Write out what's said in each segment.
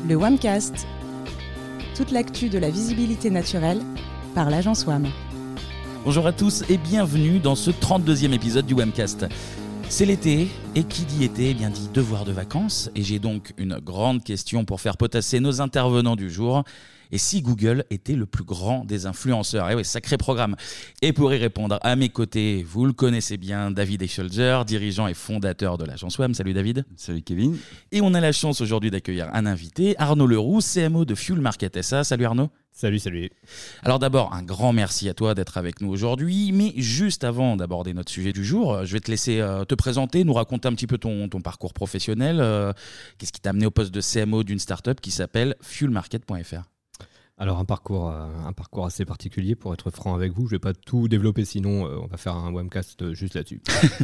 Le WAMcast, toute l'actu de la visibilité naturelle par l'agence WAM. Bonjour à tous et bienvenue dans ce 32e épisode du WAMcast. C'est l'été, et qui dit été, bien dit devoir de vacances, et j'ai donc une grande question pour faire potasser nos intervenants du jour. Et si Google était le plus grand des influenceurs? Eh oui, sacré programme. Et pour y répondre, à mes côtés, vous le connaissez bien, David Escholzer, dirigeant et fondateur de l'agence WAM. Salut David. Salut Kevin. Et on a la chance aujourd'hui d'accueillir un invité, Arnaud Leroux, CMO de Fuel Market SA. Salut Arnaud. Salut. Alors d'abord, un grand merci à toi d'être avec nous aujourd'hui. Mais juste avant d'aborder notre sujet du jour, je vais te laisser te présenter, nous raconter un petit peu ton parcours professionnel. Qu'est-ce qui t'a amené au poste de CMO d'une start-up qui s'appelle fuelmarket.fr? Alors un parcours assez particulier, pour être franc avec vous. Je ne vais pas tout développer, sinon on va faire un webcast juste là-dessus.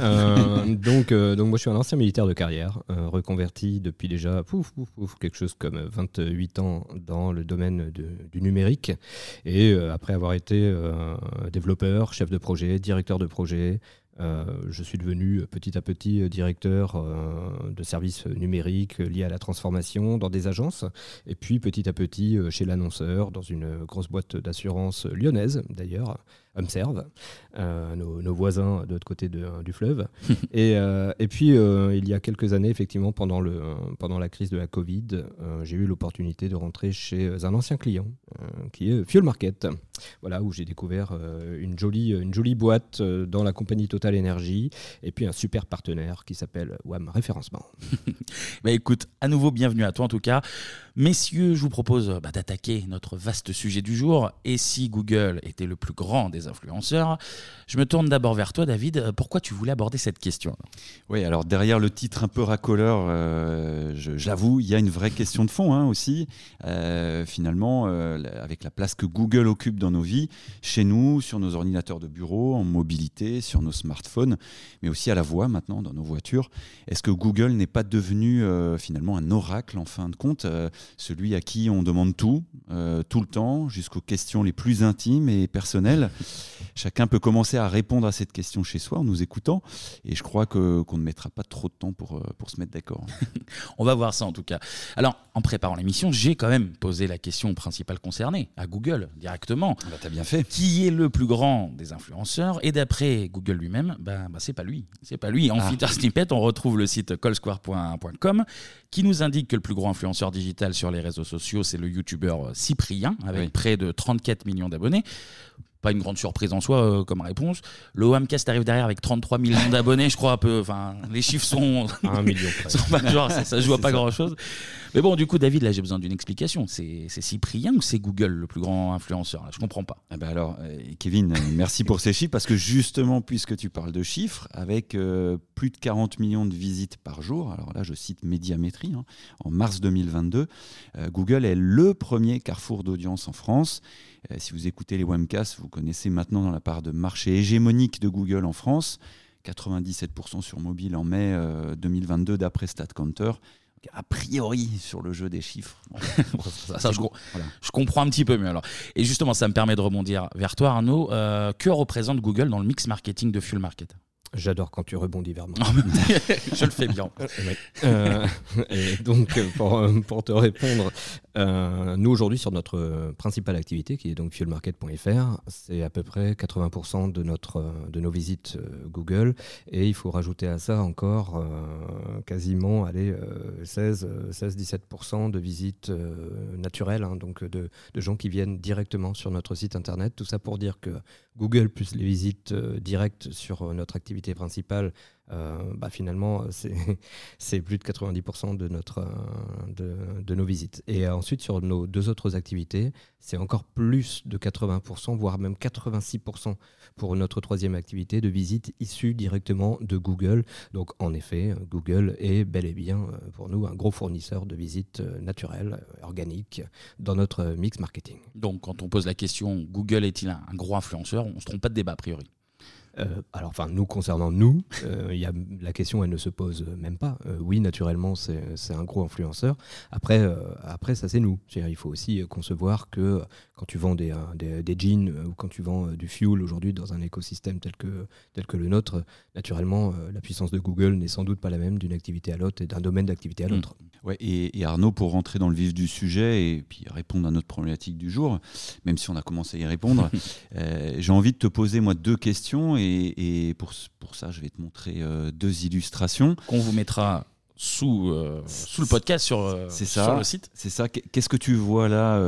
Donc moi je suis un ancien militaire de carrière, reconverti depuis déjà quelque chose comme 28 ans dans le domaine du numérique. Et après avoir été développeur, chef de projet, directeur de projet, je suis devenu petit à petit directeur de services numériques liés à la transformation dans des agences, et puis petit à petit chez l'annonceur dans une grosse boîte d'assurance lyonnaise d'ailleurs, Umserve, nos voisins de l'autre côté du fleuve. Et puis il y a quelques années, effectivement, pendant la crise de la Covid, j'ai eu l'opportunité de rentrer chez un ancien client qui est Fuel Market. Voilà, où j'ai découvert une jolie boîte dans la compagnie Total Energy, et puis un super partenaire qui s'appelle WAM Référencement. Bah écoute, à nouveau bienvenue à toi en tout cas. Messieurs, je vous propose d'attaquer notre vaste sujet du jour. Et si Google était le plus grand des influenceurs? Je me tourne d'abord vers toi David, pourquoi tu voulais aborder cette question? Oui, alors derrière le titre un peu racoleur, j'avoue, il y a une vraie question de fond aussi. Finalement, avec la place que Google occupe dans nos vies, chez nous, sur nos ordinateurs de bureau, en mobilité, sur nos smartphones, mais aussi à la voix maintenant dans nos voitures, est-ce que Google n'est pas devenu finalement un oracle en fin de compte, celui à qui on demande tout le temps, jusqu'aux questions les plus intimes et personnelles? Chacun peut commencer à répondre à cette question chez soi en nous écoutant, et je crois qu'on ne mettra pas trop de temps pour se mettre d'accord. On va voir ça en tout cas. Alors, en préparant l'émission, j'ai quand même posé la question principale concernée, à Google directement. Bah, t'as bien fait. Qui est le plus grand des influenceurs? Et d'après Google lui-même, c'est pas lui. C'est pas lui. En feature snippet, on retrouve le site callsquare.com qui nous indique que le plus gros influenceur digital sur les réseaux sociaux, c'est le youtubeur Cyprien, avec près de 34 millions d'abonnés. Pas une grande surprise en soi comme réponse. Le WAMcast arrive derrière avec 33 millions d'abonnés, je crois un peu. Enfin, les chiffres sont 1 million. sont pas genre, ça joue à pas grand chose. Mais bon, du coup, David, là, j'ai besoin d'une explication. C'est Cyprien ou c'est Google le plus grand influenceur? Là, je comprends pas. Alors, Kevin, merci pour ces chiffres, parce que justement, puisque tu parles de chiffres, avec plus de 40 millions de visites par jour, alors là, je cite Médiamétrie, en mars 2022, Google est le premier carrefour d'audience en France. Si vous écoutez les WAMcast, vous connaissez maintenant dans la part de marché hégémonique de Google en France, 97% sur mobile en mai 2022 d'après StatCounter. A priori, sur le jeu des chiffres. Je comprends un petit peu mieux alors. Et justement, ça me permet de rebondir vers toi Arnaud. Que représente Google dans le mix marketing de Fuel Market? J'adore quand tu rebondis vers moi. Je le fais bien. Et donc, pour te répondre, nous aujourd'hui sur notre principale activité, qui est donc fuelmarket.fr, c'est à peu près 80% de nos visites Google, et il faut rajouter à ça encore quasiment 16-17% de visites naturelles, donc de gens qui viennent directement sur notre site internet. Tout ça pour dire que Google plus les visites directes sur notre activité principale, finalement c'est plus de 90% de nos visites. Et ensuite sur nos deux autres activités, c'est encore plus de 80%, voire même 86% pour notre troisième activité de visites issues directement de Google. Donc en effet, Google est bel et bien pour nous un gros fournisseur de visites naturelles, organiques dans notre mix marketing. Donc quand on pose la question Google est-il un gros influenceur, on ne se trompe pas de débat a priori? Alors, nous concernant nous, la question elle ne se pose même pas. Oui, naturellement, c'est un gros influenceur. Après, ça c'est nous. C'est-à-dire, il faut aussi concevoir que quand tu vends des jeans ou quand tu vends du fuel aujourd'hui dans un écosystème tel que le nôtre, naturellement, la puissance de Google n'est sans doute pas la même d'une activité à l'autre et d'un domaine d'activité à l'autre. Ouais, et Arnaud, pour rentrer dans le vif du sujet et puis répondre à notre problématique du jour, même si on a commencé à y répondre, j'ai envie de te poser moi 2 questions et pour ça je vais te montrer 2 illustrations qu'on vous mettra sous le podcast sur le site. C'est ça. Qu'est-ce que tu vois là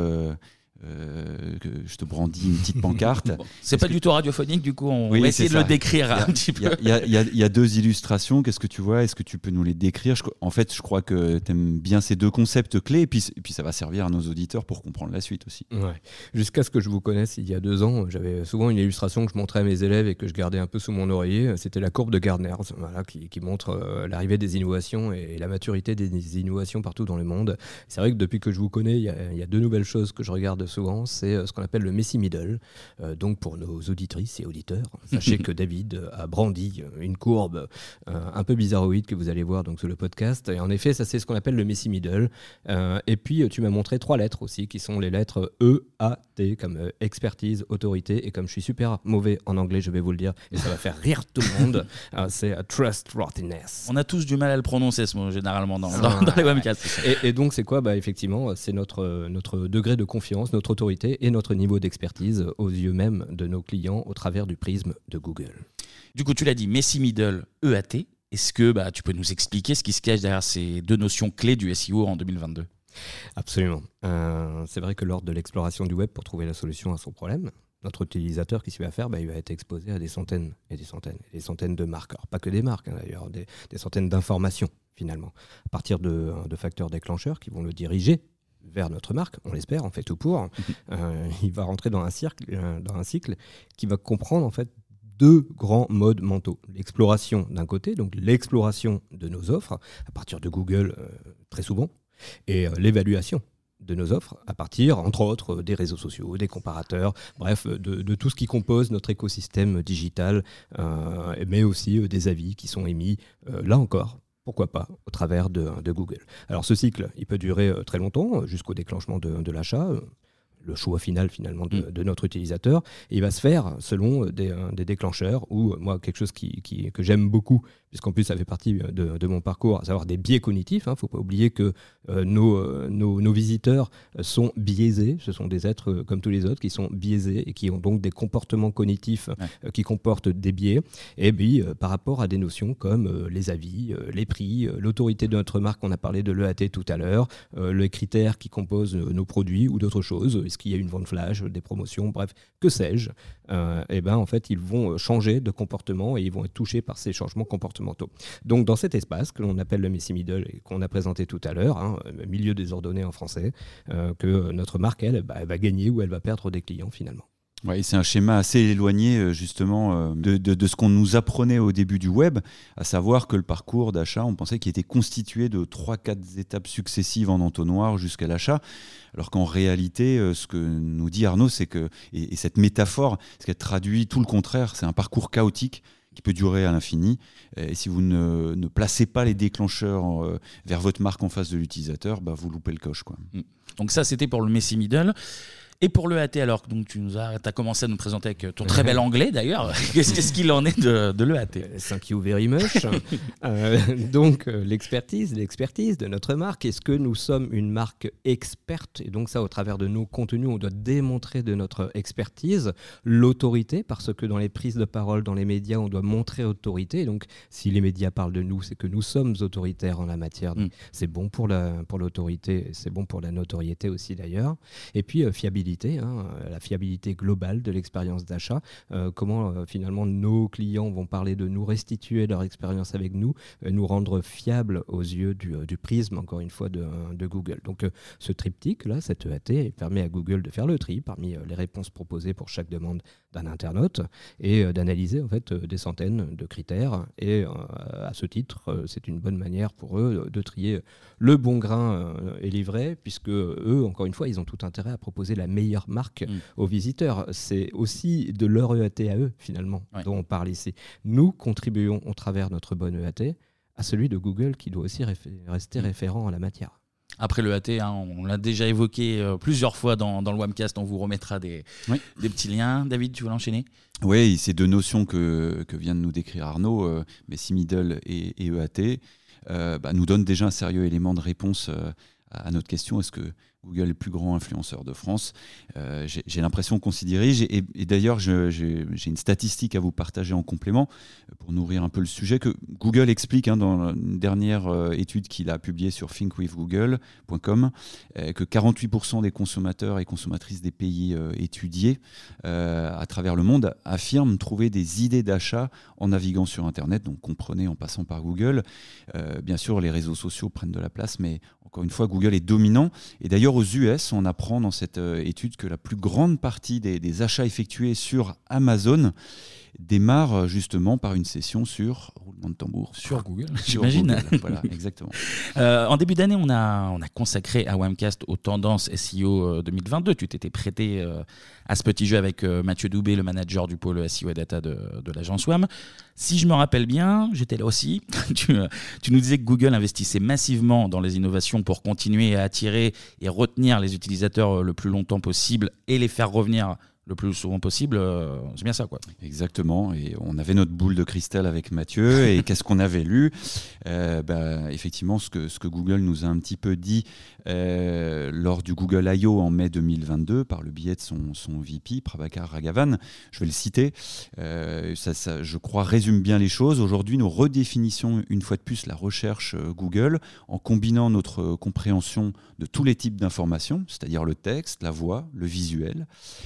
que je te brandis une petite pancarte. Bon, c'est pas du tout radiophonique, du coup on va essayer de le décrire un petit peu. Il y a 2 illustrations, qu'est-ce que tu vois? Est-ce que tu peux nous les décrire? En fait, je crois que tu aimes bien ces 2 concepts clés et puis ça va servir à nos auditeurs pour comprendre la suite aussi. Ouais. Jusqu'à ce que je vous connaisse il y a 2 ans, j'avais souvent une illustration que je montrais à mes élèves et que je gardais un peu sous mon oreiller. C'était la courbe de Gardner, qui montre l'arrivée des innovations et la maturité des innovations partout dans le monde. C'est vrai que depuis que je vous connais, il y a 2 nouvelles choses que je regarde souvent, c'est ce qu'on appelle le Messi Middle. Donc pour nos auditrices et auditeurs, sachez que David a brandi une courbe un peu bizarroïde que vous allez voir donc sur le podcast. Et en effet, ça c'est ce qu'on appelle le Messi Middle. Et puis tu m'as montré 3 lettres aussi, qui sont les lettres E, A, T, comme expertise, autorité. Et comme je suis super mauvais en anglais, je vais vous le dire, et ça va faire rire tout le monde, c'est trustworthiness. On a tous du mal à le prononcer, ce mot, généralement, dans les webcasts. Et donc c'est quoi? Effectivement, c'est notre degré de confiance, notre autorité et notre niveau d'expertise aux yeux même de nos clients au travers du prisme de Google. Du coup, tu l'as dit, Messi Middle, EAT. Est-ce que tu peux nous expliquer ce qui se cache derrière ces 2 notions clés du SEO en 2022 ? Absolument. C'est vrai que lors de l'exploration du web pour trouver la solution à son problème, notre utilisateur, qu'est-ce qu'il va faire? Il va être exposé à des centaines et des centaines et des centaines de marques. Alors, pas que des marques, d'ailleurs, des centaines d'informations, finalement, à partir de facteurs déclencheurs qui vont le diriger vers notre marque, on l'espère, on fait tout pour. Il va rentrer dans un cycle qui va comprendre en fait 2 grands modes mentaux. L'exploration d'un côté, donc l'exploration de nos offres, à partir de Google très souvent, et l'évaluation de nos offres à partir, entre autres, des réseaux sociaux, des comparateurs, bref, de tout ce qui compose notre écosystème digital, mais aussi des avis qui sont émis, là encore, pourquoi pas, au travers de Google. Alors ce cycle, il peut durer très longtemps, jusqu'au déclenchement de l'achat, le choix final finalement de notre utilisateur, et il va se faire selon des déclencheurs, ou moi quelque chose que j'aime beaucoup, puisqu'en plus ça fait partie de mon parcours, à savoir des biais cognitifs. Il ne faut pas oublier que nos visiteurs sont biaisés, ce sont des êtres comme tous les autres qui sont biaisés et qui ont donc des comportements cognitifs qui comportent des biais, et puis par rapport à des notions comme les avis, les prix, l'autorité de notre marque, on a parlé de l'EAT tout à l'heure, les critères qui composent nos produits ou d'autres choses, est-ce qu'il y a une vente flash, des promotions, bref, que sais-je, en fait ils vont changer de comportement et ils vont être touchés par ces changements comportementaux. Donc dans cet espace que l'on appelle le Messi Middle et qu'on a présenté tout à l'heure, milieu désordonné en français, que notre marque elle va gagner ou elle va perdre des clients finalement. Ouais, c'est un schéma assez éloigné justement de ce qu'on nous apprenait au début du web, à savoir que le parcours d'achat, on pensait qu'il était constitué de 3-4 étapes successives en entonnoir jusqu'à l'achat, alors qu'en réalité, ce que nous dit Arnaud, c'est que, et cette métaphore, ce qu'elle traduit tout le contraire, c'est un parcours chaotique qui peut durer à l'infini. Et si vous ne placez pas les déclencheurs vers votre marque en face de l'utilisateur, vous loupez le coche, quoi. Donc ça, c'était pour le Messi Middle. Et pour l'EAT, alors, donc tu as commencé à nous présenter avec ton très bel anglais d'ailleurs. Qu'est-ce qu'il en est de l'EAT? Thank you very much. Donc l'expertise de notre marque. Est-ce que nous sommes une marque experte? Et donc ça, au travers de nos contenus, on doit démontrer de notre expertise, l'autorité, parce que dans les prises de parole, dans les médias, on doit montrer autorité. Donc si les médias parlent de nous, c'est que nous sommes autoritaires en la matière. Donc, c'est bon pour l'autorité, c'est bon pour la notoriété aussi d'ailleurs. Et puis fiabilité. La fiabilité globale de l'expérience d'achat, comment finalement nos clients vont parler de nous, restituer leur expérience avec nous, nous rendre fiables aux yeux du prisme, encore une fois, de Google. Donc ce triptyque-là, cette EAT, permet à Google de faire le tri parmi les réponses proposées pour chaque demande d'un internaute et d'analyser en fait des centaines de critères. Et à ce titre, c'est une bonne manière pour eux de trier le bon grain et l'ivraie, puisque eux, encore une fois, ils ont tout intérêt à proposer la meilleure marque aux visiteurs. C'est aussi de leur EAT à eux, finalement, dont on parle ici. Nous contribuons, au travers de notre bonne EAT, à celui de Google qui doit aussi rester référent en la matière. Après le AT, on l'a déjà évoqué plusieurs fois dans le Webcast, on vous remettra des petits liens. David, tu veux l'enchaîner ? Oui, ces deux notions que vient de nous décrire Arnaud, Messi Middle et EAT, nous donnent déjà un sérieux élément de réponse à notre question. Est-ce que Google est le plus grand influenceur de France ? J'ai l'impression qu'on s'y dirige. Et d'ailleurs, j'ai une statistique à vous partager en complément pour nourrir un peu le sujet que Google explique dans une dernière étude qu'il a publiée sur thinkwithgoogle.com que 48% des consommateurs et consommatrices des pays étudiés à travers le monde affirment trouver des idées d'achat en naviguant sur Internet. Donc comprenez, en passant par Google. Bien sûr, les réseaux sociaux prennent de la place, mais encore une fois, Google est dominant. Et d'ailleurs, aux US, on apprend dans cette étude que la plus grande partie des achats effectués sur Amazon démarre justement par une session sur roulement de tambour. Sur Google, j'imagine. Voilà, exactement. En début d'année, on a consacré à Webcast aux tendances SEO 2022. Tu t'étais prêté à ce petit jeu avec Mathieu Doubé, le manager du pôle SEO et Data de l'agence WAM. Si je me rappelle bien, j'étais là aussi. Tu nous disais que Google investissait massivement dans les innovations pour continuer à attirer et retenir les utilisateurs le plus longtemps possible et les faire revenir le plus souvent possible, c'est bien ça, quoi. Exactement, et on avait notre boule de cristal avec Mathieu, et qu'est-ce qu'on avait lu ? Effectivement, ce que Google nous a un petit peu dit lors du Google I.O. en mai 2022, par le biais de son VP, Prabhakar Raghavan, je vais le citer, ça, je crois, résume bien les choses. Aujourd'hui, nous redéfinissons une fois de plus la recherche Google en combinant notre compréhension de tous les types d'informations, c'est-à-dire le texte, la voix, le visuel,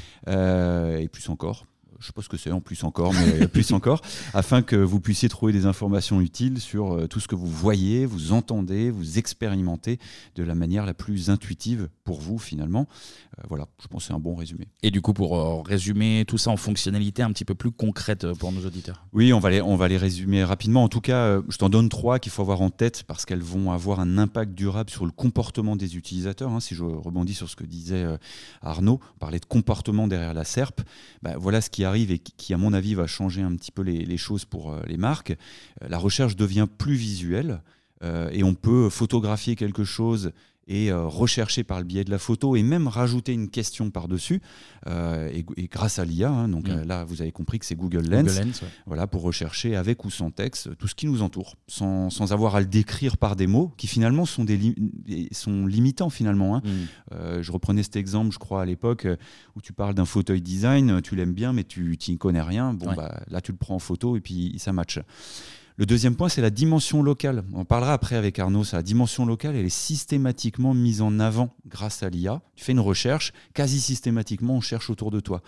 et plus encore. Je ne sais pas ce que c'est en plus encore, mais plus encore, afin que vous puissiez trouver des informations utiles sur tout ce que vous voyez, vous entendez, vous expérimentez de la manière la plus intuitive pour vous finalement. Voilà, je pense que c'est un bon résumé. Et du coup, pour résumer tout ça en fonctionnalités un petit peu plus concrètes pour nos auditeurs. Oui, on va les résumer rapidement. En tout cas, je t'en donne 3 qu'il faut avoir en tête parce qu'elles vont avoir un impact durable sur le comportement des utilisateurs. Si je rebondis sur ce que disait Arnaud, on parlait de comportement derrière la SERP. Voilà ce qui arrive et qui, à mon avis, va changer un petit peu les choses pour les marques. La recherche devient plus visuelle et on peut photographier quelque chose et rechercher par le biais de la photo et même rajouter une question par-dessus et grâce à l'IA. Donc là, vous avez compris que c'est Google Lens. Voilà, pour rechercher avec ou sans texte tout ce qui nous entoure, sans avoir à le décrire par des mots qui finalement sont limitants finalement. Je reprenais cet exemple, je crois, à l'époque où tu parles d'un fauteuil design, tu l'aimes bien mais tu n'y connais rien. Là, tu le prends en photo et puis ça matche. Le deuxième point, c'est la dimension locale. On parlera après avec Arnaud. La dimension locale, elle est systématiquement mise en avant grâce à l'IA. Tu fais une recherche, quasi systématiquement, on cherche autour de toi.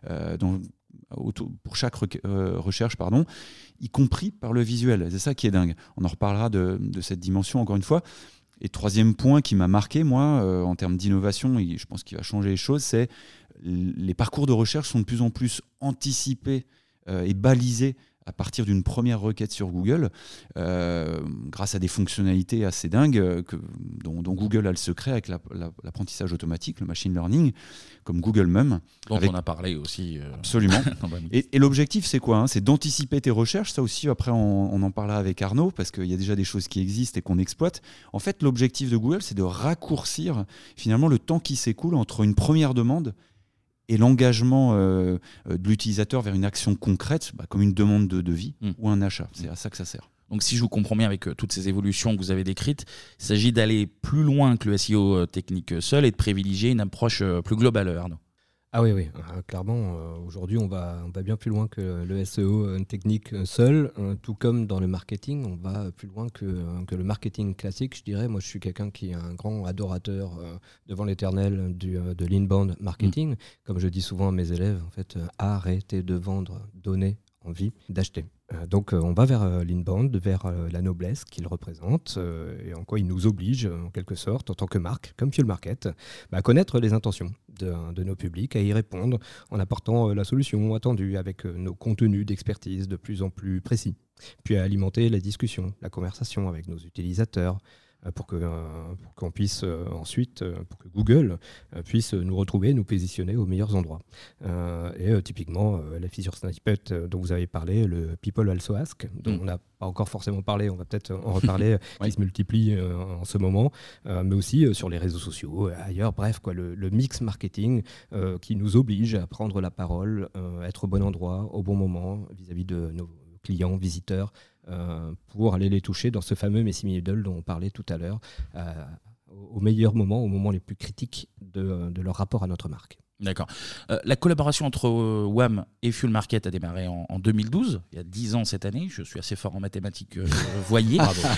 Pour chaque recherche, y compris par le visuel. C'est ça qui est dingue. On en reparlera de cette dimension encore une fois. Et troisième point qui m'a marqué, moi, en termes d'innovation, et je pense qu'il va changer les choses, c'est les parcours de recherche sont de plus en plus anticipés et balisés à partir d'une première requête sur Google, grâce à des fonctionnalités assez dingues dont Google a le secret avec l'apprentissage automatique, le machine learning, comme Google Mum. Dont on a parlé aussi. Absolument. Et l'objectif, c'est quoi ? C'est d'anticiper tes recherches. Ça aussi, après, on en parlera avec Arnaud, parce qu'il y a déjà des choses qui existent et qu'on exploite. En fait, l'objectif de Google, c'est de raccourcir finalement le temps qui s'écoule entre une première demande et l'engagement de l'utilisateur vers une action concrète, comme une demande de devis ou un achat. C'est à ça que ça sert. Donc si je vous comprends bien avec toutes ces évolutions que vous avez décrites, il s'agit d'aller plus loin que le SEO technique seul et de privilégier une approche plus globale, Arnaud. Ah oui, clairement, aujourd'hui on va bien plus loin que le SEO technique seul, tout comme dans le marketing, on va plus loin que le marketing classique, je dirais. Moi je suis quelqu'un qui est un grand adorateur devant l'éternel de l'inbound marketing. Comme je dis souvent à mes élèves, en fait, arrêtez de vendre, donnez envie d'acheter. Donc on va vers l'inbound, vers la noblesse qu'il représente et en quoi il nous oblige en quelque sorte en tant que marque, comme Fuel Market, à connaître les intentions de nos publics, à y répondre en apportant la solution attendue avec nos contenus d'expertise de plus en plus précis, puis à alimenter la discussion, la conversation avec nos utilisateurs, pour qu'on puisse ensuite, pour que Google puisse nous retrouver, nous positionner aux meilleurs endroits. Typiquement, la feature snippet dont vous avez parlé, le People Also Ask, dont on n'a pas encore forcément parlé, on va peut-être en reparler, qui se multiplie en ce moment, mais aussi sur les réseaux sociaux, ailleurs, bref, le mix marketing qui nous oblige à prendre la parole, être au bon endroit, au bon moment, vis-à-vis de nos clients, visiteurs, pour aller les toucher dans ce fameux Messi Middle dont on parlait tout à l'heure, au meilleur moment, au moment les plus critiques de leur rapport à notre marque. D'accord. La collaboration entre WAM et Fuel Market a démarré en 2012, il y a 10 ans cette année. Je suis assez fort en mathématiques, vous voyez.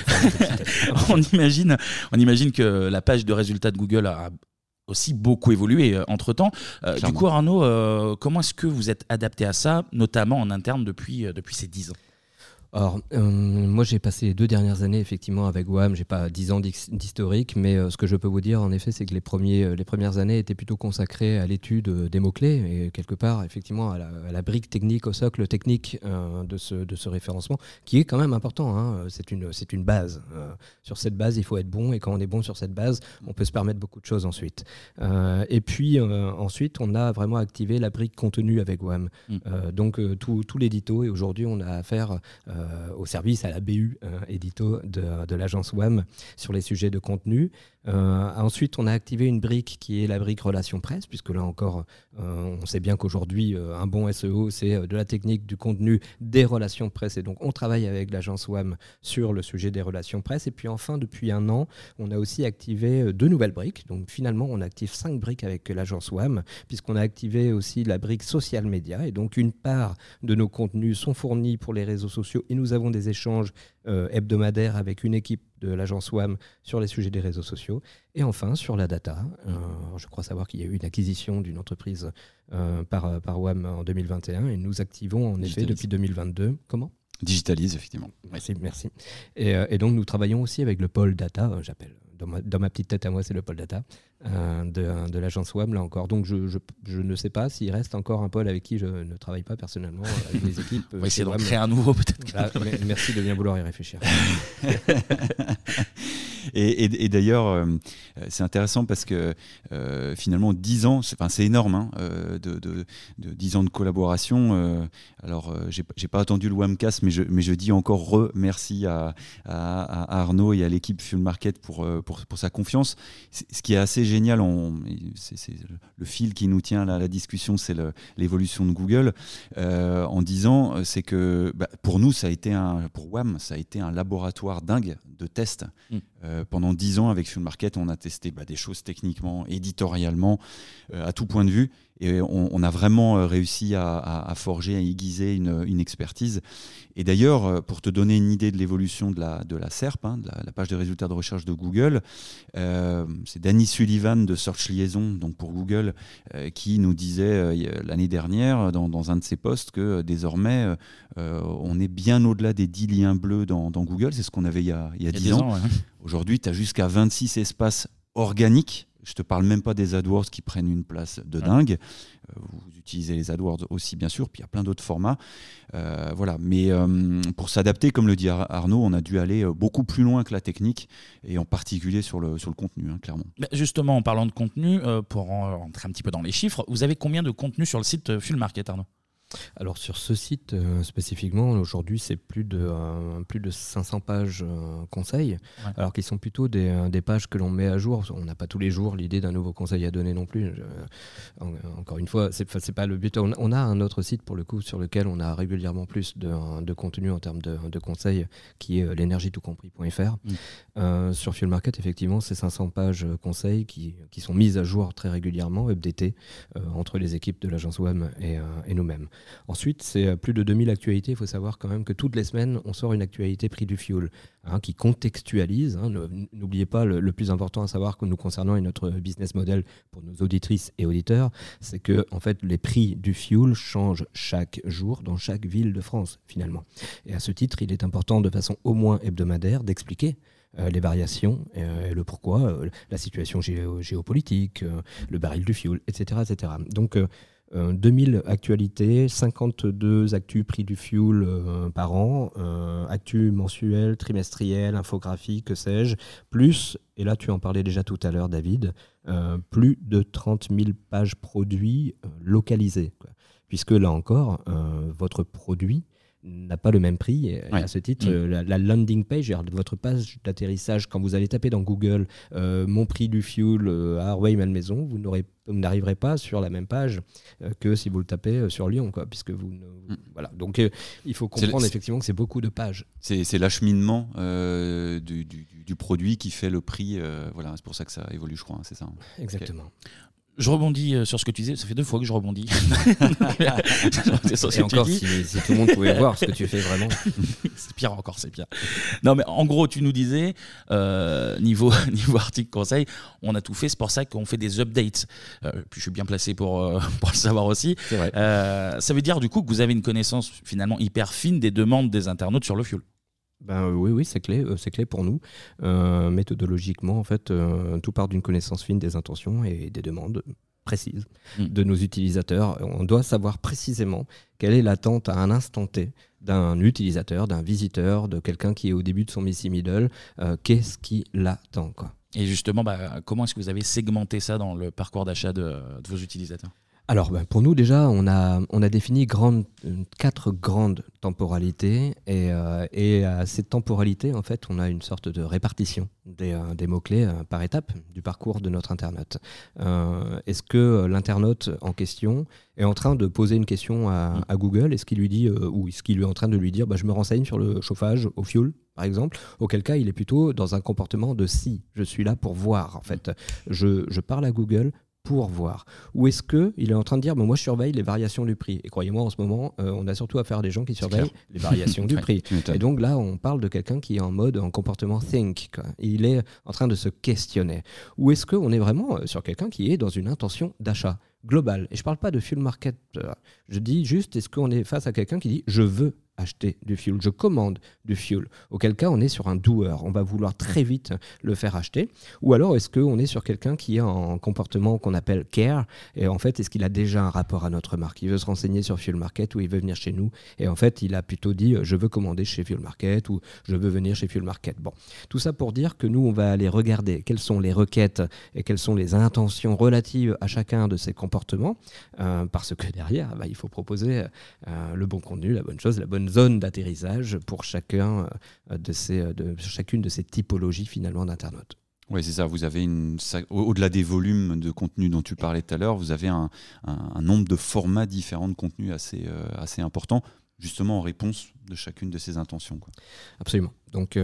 on imagine que la page de résultats de Google a aussi beaucoup évolué entre-temps. Du coup, Arnaud, comment est-ce que vous êtes adapté à ça, notamment en interne depuis ces 10 ans ? Alors, moi j'ai passé les 2 dernières années effectivement avec WAM, j'ai pas 10 ans d'historique, mais ce que je peux vous dire en effet c'est que les premières années étaient plutôt consacrées à l'étude des mots-clés et quelque part effectivement à la brique technique, au socle technique de ce référencement qui est quand même important, hein. C'est une base. Sur cette base il faut être bon et quand on est bon sur cette base on peut se permettre beaucoup de choses ensuite. Et puis ensuite on a vraiment activé la brique contenu avec WAM. Donc tout l'édito et aujourd'hui on a affaire au service, à la BU édito de l'agence WAM sur les sujets de contenu. Ensuite, on a activé une brique qui est la brique relations presse, puisque là encore, on sait bien qu'aujourd'hui, un bon SEO, c'est de la technique, du contenu, des relations presse. Et donc, on travaille avec l'agence WAM sur le sujet des relations presse. Et puis enfin, depuis 1 an, on a aussi activé 2 nouvelles briques. Donc finalement, on active 5 briques avec l'agence WAM, puisqu'on a activé aussi la brique social media. Et donc, une part de nos contenus sont fournis pour les réseaux sociaux et nous avons des échanges hebdomadaires avec une équipe de l'agence WAM sur les sujets des réseaux sociaux. Et enfin, sur la data, je crois savoir qu'il y a eu une acquisition d'une entreprise par WAM en 2021 et nous activons en effet depuis 2022. Comment ? Digitalise, effectivement. Merci. Et donc, nous travaillons aussi avec le pôle data, j'appelle. Dans ma petite tête à moi, c'est le pôle data de l'agence WAM, là encore. Donc, je ne sais pas s'il reste encore un pôle avec qui je ne travaille pas personnellement, avec les équipes. On va essayer d'en créer un nouveau, peut-être. Voilà, merci de bien vouloir y réfléchir. Et d'ailleurs, c'est intéressant parce que finalement, 10 ans, c'est énorme, hein, de 10 ans de collaboration. Alors, j'ai pas attendu le WAMcast, mais je dis encore merci à Arnaud et à l'équipe Fuel Market pour sa confiance. Ce qui est assez génial, c'est le fil qui nous tient à la discussion, c'est l'évolution de Google. En 10 ans, c'est que pour nous, pour WAM, ça a été un laboratoire dingue de tests. Pendant 10 ans, avec Fuel Market, on a testé des choses techniquement, éditorialement, à tout point de vue. Et on a vraiment réussi à forger, à aiguiser une expertise. Et d'ailleurs, pour te donner une idée de l'évolution de la SERP, de la page de résultats de recherche de Google, c'est Danny Sullivan de Search Liaison, donc pour Google, qui nous disait l'année dernière, dans un de ses posts, que désormais, on est bien au-delà des 10 liens bleus dans Google. C'est ce qu'on avait il y a 10 ans. Ouais. Aujourd'hui, tu as jusqu'à 26 espaces organiques. Je ne te parle même pas des AdWords qui prennent une place de dingue. Vous utilisez les AdWords aussi, bien sûr, puis il y a plein d'autres formats. Voilà. Mais pour s'adapter, comme le dit Arnaud, on a dû aller beaucoup plus loin que la technique, et en particulier sur le contenu, clairement. Justement, en parlant de contenu, pour rentrer un petit peu dans les chiffres, vous avez combien de contenu sur le site Fuel Market, Arnaud ? Alors sur ce site spécifiquement, aujourd'hui c'est plus de 500 pages conseils, alors qu'ils sont plutôt des pages que l'on met à jour. On n'a pas tous les jours l'idée d'un nouveau conseil à donner non plus. Encore une fois, c'est pas le but. On a un autre site pour le coup sur lequel on a régulièrement plus de contenu en termes de conseils, qui est l'énergietoutcompris.fr. Sur Fuel Market, effectivement, c'est 500 pages conseils qui sont mises à jour très régulièrement, updatées entre les équipes de l'agence WAM et nous-mêmes. Ensuite, c'est plus de 2000 actualités. Il faut savoir quand même que toutes les semaines, on sort une actualité prix du fuel qui contextualise. N'oubliez pas, le plus important à savoir que nous concernant et notre business model pour nos auditrices et auditeurs, c'est que en fait, les prix du fuel changent chaque jour dans chaque ville de France, finalement. Et à ce titre, il est important de façon au moins hebdomadaire d'expliquer les variations, le pourquoi, la situation géopolitique, le baril du fuel, etc. etc. Donc, 2000 actualités, 52 actus prix du fuel par an, actus mensuels, trimestriels, infographiques, que sais-je, plus, et là tu en parlais déjà tout à l'heure David, plus de 30 000 pages produits localisées, quoi. Puisque là encore, votre produit n'a pas le même prix. Et à ce titre, la landing page, votre page d'atterrissage, quand vous allez taper dans Google mon prix du fuel à Rueil-Malmaison, vous n'arriverez pas sur la même page que si vous le tapez sur Lyon, quoi, puisque voilà. Donc il faut comprendre effectivement que c'est beaucoup de pages. C'est l'acheminement du produit qui fait le prix. Voilà, c'est pour ça que ça évolue, je crois. C'est ça. Exactement. Okay. Je rebondis sur ce que tu disais, ça fait 2 fois que je rebondis. Et encore, si tout le monde pouvait voir ce que tu fais vraiment. C'est pire encore, c'est pire. Non, mais en gros, tu nous disais, niveau article conseil, on a tout fait, c'est pour ça qu'on fait des updates. Puis je suis bien placé pour le savoir aussi. C'est vrai. Ça veut dire du coup que vous avez une connaissance finalement hyper fine des demandes des internautes sur le fuel. Oui, c'est clé pour nous. Méthodologiquement, en fait, tout part d'une connaissance fine des intentions et des demandes précises de nos utilisateurs. On doit savoir précisément quelle est l'attente à un instant T d'un utilisateur, d'un visiteur, de quelqu'un qui est au début de son messy middle. Qu'est-ce qui l'attend, quoi. Et justement, comment est-ce que vous avez segmenté ça dans le parcours d'achat de vos utilisateurs ? Alors, pour nous, déjà, on a défini 4 grandes temporalités et à cette temporalité, en fait, on a une sorte de répartition des mots-clés par étape du parcours de notre internaute. Est-ce que l'internaute en question est en train de poser une question à Google ? Est-ce qu'il lui dit, ou est-ce qu'il est en train de lui dire je me renseigne sur le chauffage au fuel, par exemple, auquel cas il est plutôt dans un comportement de si, je suis là pour voir, en fait. Je parle à Google pour voir. Ou est-ce qu'il est en train de dire moi je surveille les variations du prix. Et croyez-moi, en ce moment, on a surtout affaire à des gens qui surveillent les variations du prix. Et donc là, on parle de quelqu'un qui est en comportement think, quoi. Il est en train de se questionner. Ou est-ce qu'on est vraiment sur quelqu'un qui est dans une intention d'achat globale ? Et je ne parle pas de fuel market. Je dis juste, est-ce qu'on est face à quelqu'un qui dit je veux acheter du fuel, je commande du fuel, auquel cas on est sur un doer, on va vouloir très vite le faire acheter. Ou alors est-ce qu'on est sur quelqu'un qui est en comportement qu'on appelle care, et en fait est-ce qu'il a déjà un rapport à notre marque, il veut se renseigner sur Fuel Market ou il veut venir chez nous, et en fait il a plutôt dit je veux commander chez Fuel Market ou je veux venir chez Fuel Market. Bon, tout ça pour dire que nous on va aller regarder quelles sont les requêtes et quelles sont les intentions relatives à chacun de ces comportements, parce que derrière il faut proposer le bon contenu, la bonne chose, la bonne zone d'atterrissage pour chacune de ces typologies finalement d'internautes. Oui, c'est ça. Vous avez au-delà des volumes de contenu dont tu parlais tout à l'heure, vous avez un nombre de formats différents de contenu assez important, justement en réponse de chacune de ces intentions, quoi. Absolument. Donc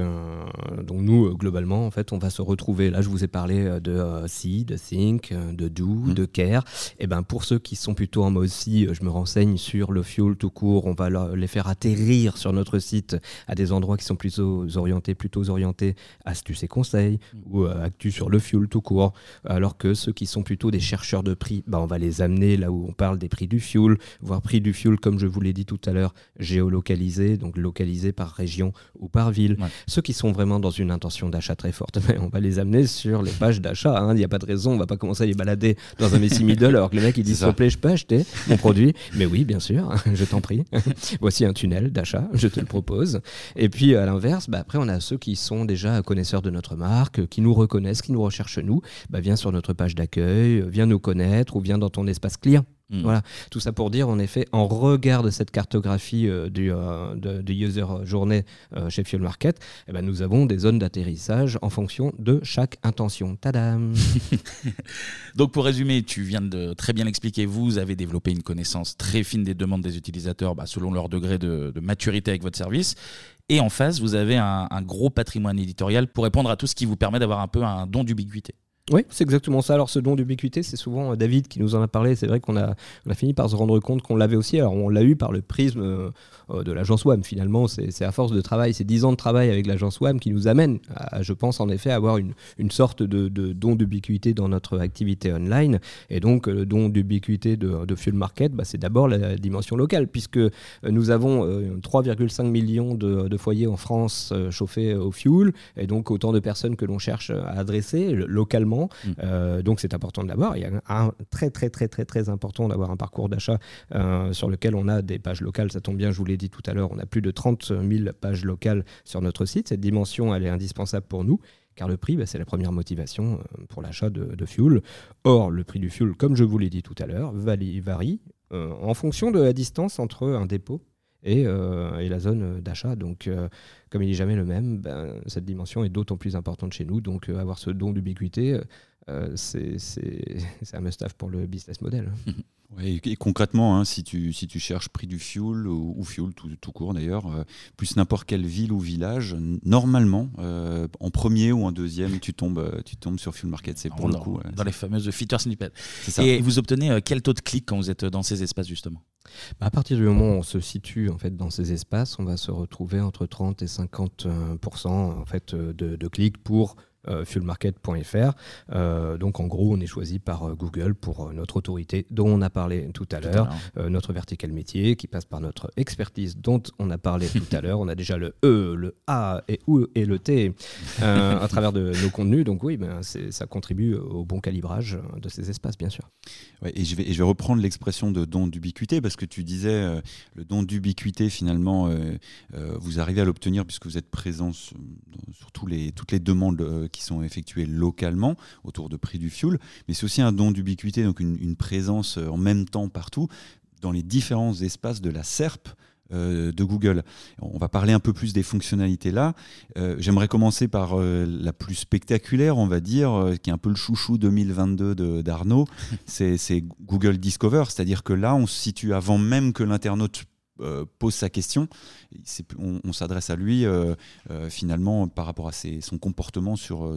nous, globalement, en fait, on va se retrouver. Là, je vous ai parlé de see, de think, de do, de care. Et pour ceux qui sont plutôt en mode see, je me renseigne sur le fuel tout court. On va les faire atterrir sur notre site à des endroits qui sont plutôt orientés astuces et conseils ou actus sur le fuel tout court. Alors que ceux qui sont plutôt des chercheurs de prix, on va les amener là où on parle des prix du fuel, voire prix du fuel, comme je vous l'ai dit tout à l'heure, géolocalisé, donc localisé par région ou par ville. Ouais. Ceux qui sont vraiment dans une intention d'achat très forte, on va les amener sur les pages d'achat. Il n'y a pas de raison, on ne va pas commencer à les balader dans un Messi Middle alors que le mec il dit s'il te plaît, je peux acheter mon produit. Mais oui, bien sûr, je t'en prie. Voici un tunnel d'achat, je te le propose. Et puis à l'inverse, après on a ceux qui sont déjà connaisseurs de notre marque, qui nous reconnaissent, qui nous recherchent nous. Viens sur notre page d'accueil, viens nous connaître ou viens dans ton espace client. Voilà, tout ça pour dire, en effet, en regard de cette cartographie du user journée chez Fuel Market, nous avons des zones d'atterrissage en fonction de chaque intention. Tadam. Donc pour résumer, tu viens de très bien l'expliquer, vous avez développé une connaissance très fine des demandes des utilisateurs selon leur degré de maturité avec votre service. Et en face, vous avez un gros patrimoine éditorial pour répondre à tout ce qui vous permet d'avoir un peu un don d'ubiquité. Oui, c'est exactement ça. Alors ce don d'ubiquité, c'est souvent David qui nous en a parlé. C'est vrai qu'on a fini par se rendre compte qu'on l'avait aussi. Alors on l'a eu par le prisme de l'agence WAM. Finalement, c'est à force de travail, c'est 10 ans de travail avec l'agence WAM qui nous amène à, je pense en effet, avoir une sorte de don d'ubiquité dans notre activité online. Et donc le don d'ubiquité de Fuel Market, c'est d'abord la dimension locale, puisque nous avons 3,5 millions de foyers en France chauffés au fuel, et donc autant de personnes que l'on cherche à adresser localement normalement. Donc c'est important de l'avoir. Il y a un très important d'avoir un parcours d'achat sur lequel on a des pages locales. Ça tombe bien, je vous l'ai dit tout à l'heure, on a plus de 30 000 pages locales sur notre site. Cette dimension, elle est indispensable pour nous, car le prix, c'est la première motivation pour l'achat de fuel. Or, le prix du fuel, comme je vous l'ai dit tout à l'heure, varie en fonction de la distance entre un dépôt et la zone d'achat. Donc, comme il n'est jamais le même, cette dimension est d'autant plus importante chez nous. Donc, avoir ce don d'ubiquité, c'est un must-have pour le business model. Ouais, et concrètement, si tu cherches prix du fuel ou fuel tout court d'ailleurs, plus n'importe quelle ville ou village, normalement, en premier ou en deuxième, tu tombes sur Fuel Market. C'est pour le coup. Dans les fameuses feature snippets. C'est ça. Et vous obtenez quel taux de clic quand vous êtes dans ces espaces justement ? À partir du moment où on se situe en fait, dans ces espaces, on va se retrouver entre 30 et 50% en fait, de clics pour fuelmarket.fr. Donc en gros, on est choisi par Google pour notre autorité dont on a parlé tout à l'heure, notre vertical métier qui passe par notre expertise dont on a parlé tout à l'heure. On a déjà le E, le A et le T à travers de nos contenus. Donc oui, ça contribue au bon calibrage de ces espaces, bien sûr. Ouais, et je vais reprendre l'expression de don d'ubiquité parce que tu disais le don d'ubiquité finalement vous arrivez à l'obtenir puisque vous êtes présent sur toutes les demandes qui sont effectuées localement autour de prix du fuel, mais c'est aussi un don d'ubiquité, donc une présence en même temps partout dans les différents espaces de la SERP de Google. On va parler un peu plus des fonctionnalités là. J'aimerais commencer par la plus spectaculaire, on va dire, qui est un peu le chouchou 2022 d'Arnaud, c'est Google Discover, c'est-à-dire que là, on se situe avant même que l'internaute pose sa question, on s'adresse à lui finalement par rapport à son comportement sur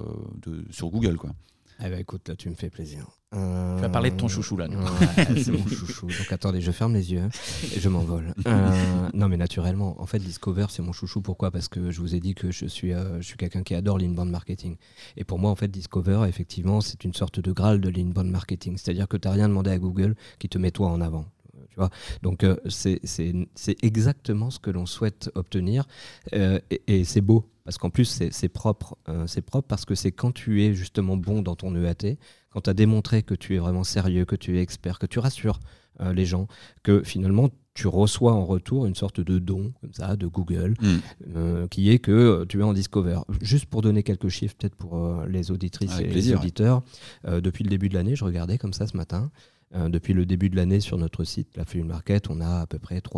Google, quoi. Eh ben écoute, là tu me fais plaisir. Tu vas parler de ton chouchou là. Ouais, c'est mon chouchou. Donc attendez, je ferme les yeux et je m'envole. Non mais naturellement, en fait Discover c'est mon chouchou. Pourquoi ? Parce que je vous ai dit que je suis quelqu'un qui adore l'inbound marketing. Et pour moi en fait Discover effectivement c'est une sorte de Graal de l'inbound marketing. C'est-à-dire que tu n'as rien demandé à Google qui te met toi en avant. Tu vois ? Donc c'est exactement ce que l'on souhaite obtenir et c'est beau. Parce qu'en plus, c'est propre. C'est propre parce que c'est quand tu es justement bon dans ton EAT, quand tu as démontré que tu es vraiment sérieux, que tu es expert, que tu rassures les gens, que finalement, tu reçois en retour une sorte de don comme ça, de Google, qui est que tu es en Discover. Juste pour donner quelques chiffres, peut-être pour les auditrices avec et plaisir, les auditeurs, depuis le début de l'année, je regardais comme ça ce matin, depuis le début de l'année sur notre site, la Fuel Market, on a à peu près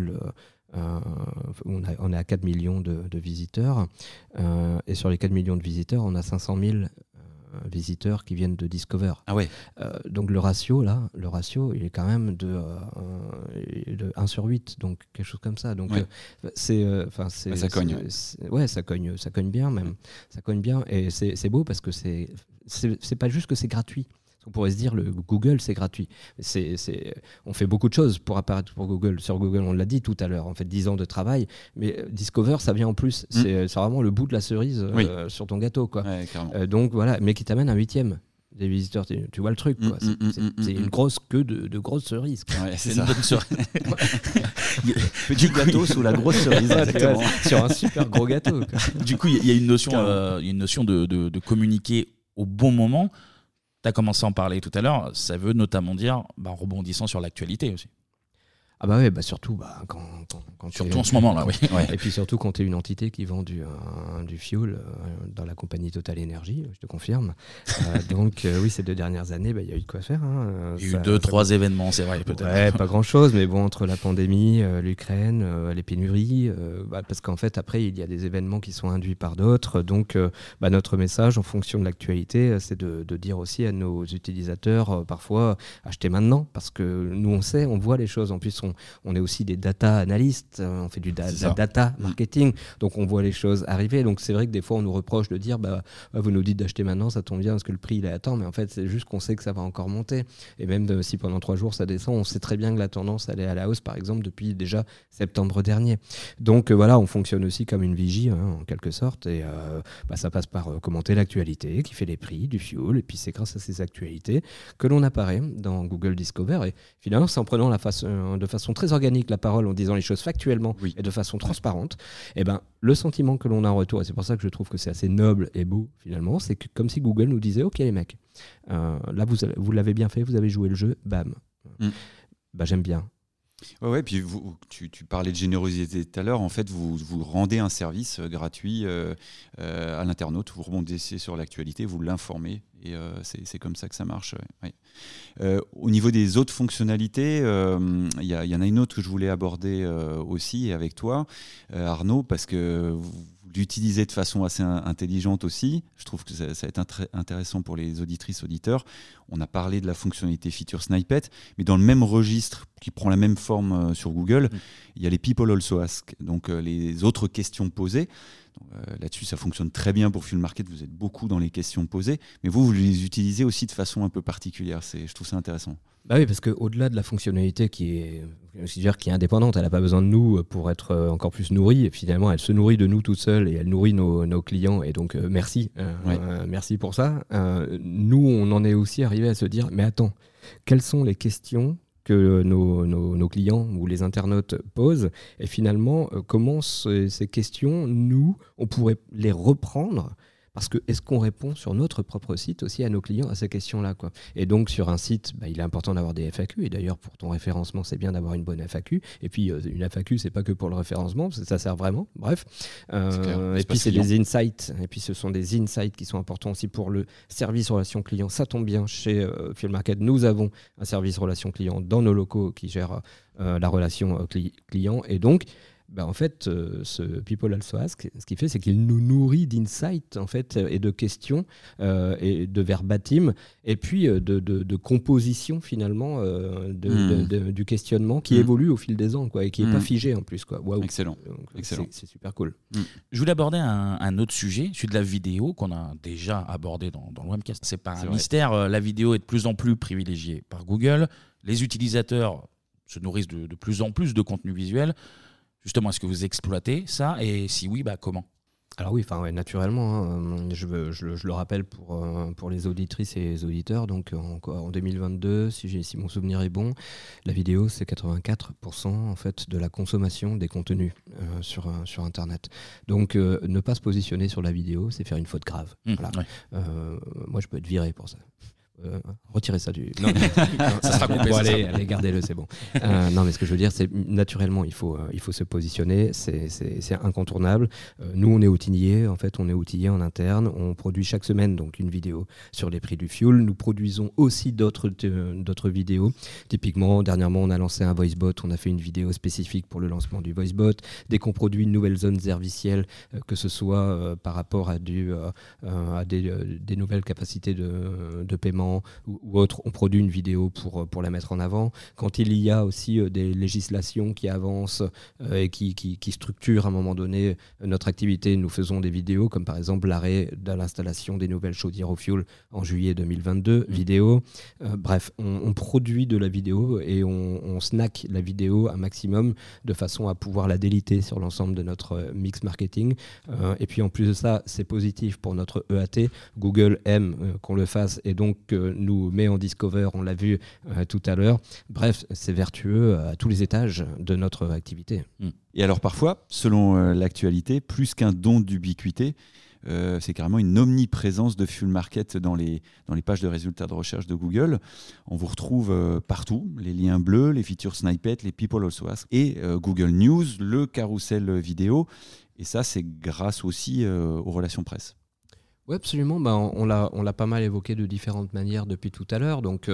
on est à 4 millions de visiteurs et sur les 4 millions de visiteurs on a 500 000 visiteurs qui viennent de Discover. Ah ouais. Donc le ratio il est quand même de 1 sur 8, donc quelque chose comme ça. Donc ouais. Ça cogne. Ça cogne bien même. Ça cogne bien et c'est beau parce que c'est pas juste que c'est gratuit. On pourrait se dire le Google c'est gratuit. On fait beaucoup de choses pour apparaître pour Google. Sur Google, on l'a dit tout à l'heure, on fait 10 ans de travail, mais Discover ça vient en plus. C'est vraiment le bout de la cerise sur ton gâteau, quoi. Ouais, donc voilà, mais qui t'amène un 8e des visiteurs. Tu vois le truc, quoi. C'est une grosse queue de grosses cerises, quoi. Ouais, c'est une bonne cerise. Petit gâteau sous la grosse cerise. Exactement. Sur un super gros gâteau, quoi. Du coup, il y a une notion de communiquer au bon moment. Tu as commencé à en parler tout à l'heure, ça veut notamment dire rebondissant sur l'actualité aussi. Ah bah ouais, surtout quand surtout en ce moment-là, oui. Ouais. Et puis surtout quand tu es une entité qui vend du fuel dans la compagnie Total Energy, je te confirme. Donc oui, ces 2 dernières années, il y a eu de quoi faire. Il y a eu 2-3 événements, c'est vrai, peut-être. Ouais, pas grand-chose, mais bon, entre la pandémie, l'Ukraine, les pénuries, parce qu'en fait, après, il y a des événements qui sont induits par d'autres. Donc notre message, en fonction de l'actualité, c'est de dire aussi à nos utilisateurs, parfois, achetez maintenant, parce que nous, on sait, on voit les choses. En plus, on est aussi des data analystes, on fait du data marketing, donc on voit les choses arriver. Donc c'est vrai que des fois on nous reproche de dire vous nous dites d'acheter maintenant, ça tombe bien parce que le prix il est à temps, mais en fait c'est juste qu'on sait que ça va encore monter. Et même si pendant 3 jours ça descend, on sait très bien que la tendance elle est à la hausse, par exemple depuis déjà septembre dernier. Donc voilà, on fonctionne aussi comme une vigie en quelque sorte, et ça passe par commenter l'actualité qui fait les prix du fuel, et puis c'est grâce à ces actualités que l'on apparaît dans Google Discover, et finalement c'est en prenant de façon façon très organique la parole en disant les choses factuellement et de façon transparente, et ben, le sentiment que l'on a en retour, et c'est pour ça que je trouve que c'est assez noble et beau finalement, c'est que, comme si Google nous disait ok les mecs, là vous l'avez bien fait, vous avez joué le jeu, bam. Bah, j'aime bien. Ouais, puis tu parlais de générosité tout à l'heure. En fait, vous rendez un service gratuit à l'internaute. Vous rebondissez sur l'actualité, vous l'informez. Et c'est comme ça que ça marche. Ouais. Au niveau des autres fonctionnalités, il y en a une autre que je voulais aborder aussi avec toi, Arnaud, parce que vous l'utilisez de façon assez intelligente aussi. Je trouve que ça va être intéressant pour les auditrices, auditeurs. On a parlé de la fonctionnalité Feature Snippet, mais dans le même registre qui prend la même forme sur Google, il y a les People Also Ask, donc les autres questions posées. Là-dessus, ça fonctionne très bien pour Fuel Market. Vous êtes beaucoup dans les questions posées, mais vous les utilisez aussi de façon un peu particulière. Je trouve ça intéressant. Bah oui, parce qu'au-delà de la fonctionnalité qui est indépendante, elle n'a pas besoin de nous pour être encore plus nourrie. Et finalement, elle se nourrit de nous toute seule et elle nourrit nos clients. Et donc, merci pour ça. Nous, on en est aussi arrivé à se dire, mais attends, quelles sont les questions que nos clients ou les internautes posent, et finalement, comment ces questions, nous, on pourrait les reprendre, parce que est-ce qu'on répond sur notre propre site aussi à nos clients à ces questions-là, quoi. Et donc, sur un site, il est important d'avoir des FAQ, et d'ailleurs, pour ton référencement, c'est bien d'avoir une bonne FAQ, et puis une FAQ, c'est pas que pour le référencement, parce que ça sert vraiment, bref. Et puis, c'est des insights, et puis ce sont des insights qui sont importants aussi pour le service relation client. Ça tombe bien, chez Fuel Market, nous avons un service relation client dans nos locaux qui gère la relation client, et donc, en fait, ce People Also Ask, ce qu'il fait, c'est qu'il nous nourrit d'insights en fait, et de questions et de verbatim, et puis de composition finalement du questionnement qui évolue au fil des ans, quoi, et qui n'est pas figé en plus, quoi. Waouh. Excellent. C'est super cool. Je voulais aborder un autre sujet, celui de la vidéo, qu'on a déjà abordé dans le Webcast. C'est pas un mystère, la vidéo est de plus en plus privilégiée par Google. Les utilisateurs se nourrissent de plus en plus de contenu visuel. Justement, est-ce que vous exploitez ça, et si oui, comment ? Alors oui, naturellement, je le rappelle pour les auditrices et les auditeurs, donc en 2022, si mon souvenir est bon, la vidéo c'est 84% en fait de la consommation des contenus sur Internet. Donc ne pas se positionner sur la vidéo, c'est faire une faute grave. Voilà. Moi je peux être viré pour ça. Retirez ça du. Non, ça sera coupé. Bon, allez, gardez-le, c'est bon. Non, mais ce que je veux dire, c'est naturellement, il faut se positionner, c'est incontournable. Nous, on est outillés, en fait, en interne. On produit chaque semaine donc une vidéo sur les prix du fuel. Nous produisons aussi d'autres vidéos. Typiquement, dernièrement, on a lancé un VoiceBot. On a fait une vidéo spécifique pour le lancement du VoiceBot. Dès qu'on produit une nouvelle zone servicielle, que ce soit par rapport à des nouvelles capacités de paiement ou autre, on produit une vidéo pour la mettre en avant. Quand il y a aussi des législations qui avancent et qui structurent à un moment donné notre activité, nous faisons des vidéos, comme par exemple l'arrêt de l'installation des nouvelles chaudières au fioul en juillet 2022, vidéo. Bref, on produit de la vidéo et on snack la vidéo un maximum de façon à pouvoir la déliter sur l'ensemble de notre mix marketing. Et puis en plus de ça, c'est positif pour notre EAT. Google aime qu'on le fasse et donc nous met en discover, on l'a vu tout à l'heure. Bref, c'est vertueux à tous les étages de notre activité. Et alors parfois, selon l'actualité, plus qu'un don d'ubiquité, c'est carrément une omniprésence de Fuel Market dans les pages de résultats de recherche de Google. On vous retrouve partout, les liens bleus, les features snippets, les People Also Ask et Google News, le carrousel vidéo. Et ça, c'est grâce aussi aux relations presse. Oui, absolument. On l'a pas mal évoqué de différentes manières depuis tout à l'heure. Donc,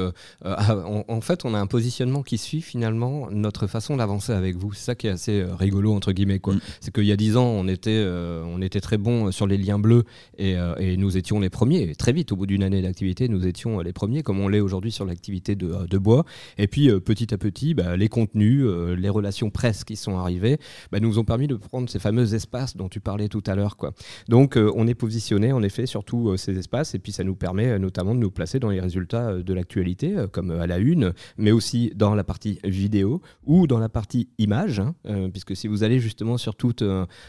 en fait, on a un positionnement qui suit finalement notre façon d'avancer avec vous. C'est ça qui est assez rigolo, entre guillemets, quoi. C'est qu'il y a 10 ans, on était très bons sur les liens bleus et nous étions les premiers. Très vite, au bout d'une année d'activité, nous étions les premiers, comme on l'est aujourd'hui sur l'activité de bois. Et puis, petit à petit, les contenus, les relations presse qui sont arrivées, nous ont permis de prendre ces fameux espaces dont tu parlais tout à l'heure, quoi. Donc, on est positionné, en effet, sur tous ces espaces et puis ça nous permet notamment de nous placer dans les résultats de l'actualité, comme à la une, mais aussi dans la partie vidéo ou dans la partie image, puisque si vous allez justement sur tous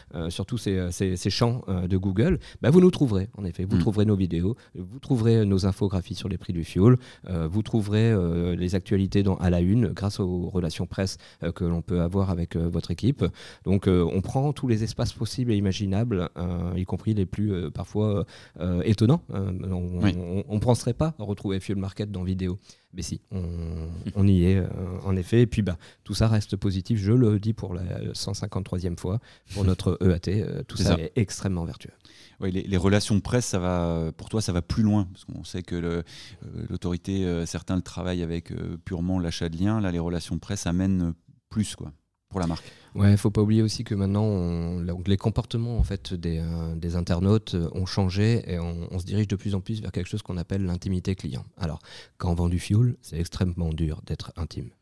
ces champs de Google, vous nous trouverez, en effet. Vous trouverez nos vidéos, vous trouverez nos infographies sur les prix du fioul, vous trouverez les actualités à la une grâce aux relations presse que l'on peut avoir avec votre équipe. Donc on prend tous les espaces possibles et imaginables, y compris les plus parfois étonnants. On ne penserait pas retrouver Fuel Market dans vidéo. Mais si, on y est, en effet. Et puis, tout ça reste positif. Je le dis pour la 153e fois. Pour notre EAT, tout ça est extrêmement vertueux. Oui, les relations de presse, pour toi, ça va plus loin. Parce qu'on sait que l'autorité, certains le travaillent avec purement l'achat de liens. Là, les relations de presse amènent plus, quoi, pour la marque. Ouais, faut pas oublier aussi que maintenant, les comportements en fait des internautes ont changé et on se dirige de plus en plus vers quelque chose qu'on appelle l'intimité client. Alors, quand on vend du fioul, c'est extrêmement dur d'être intime.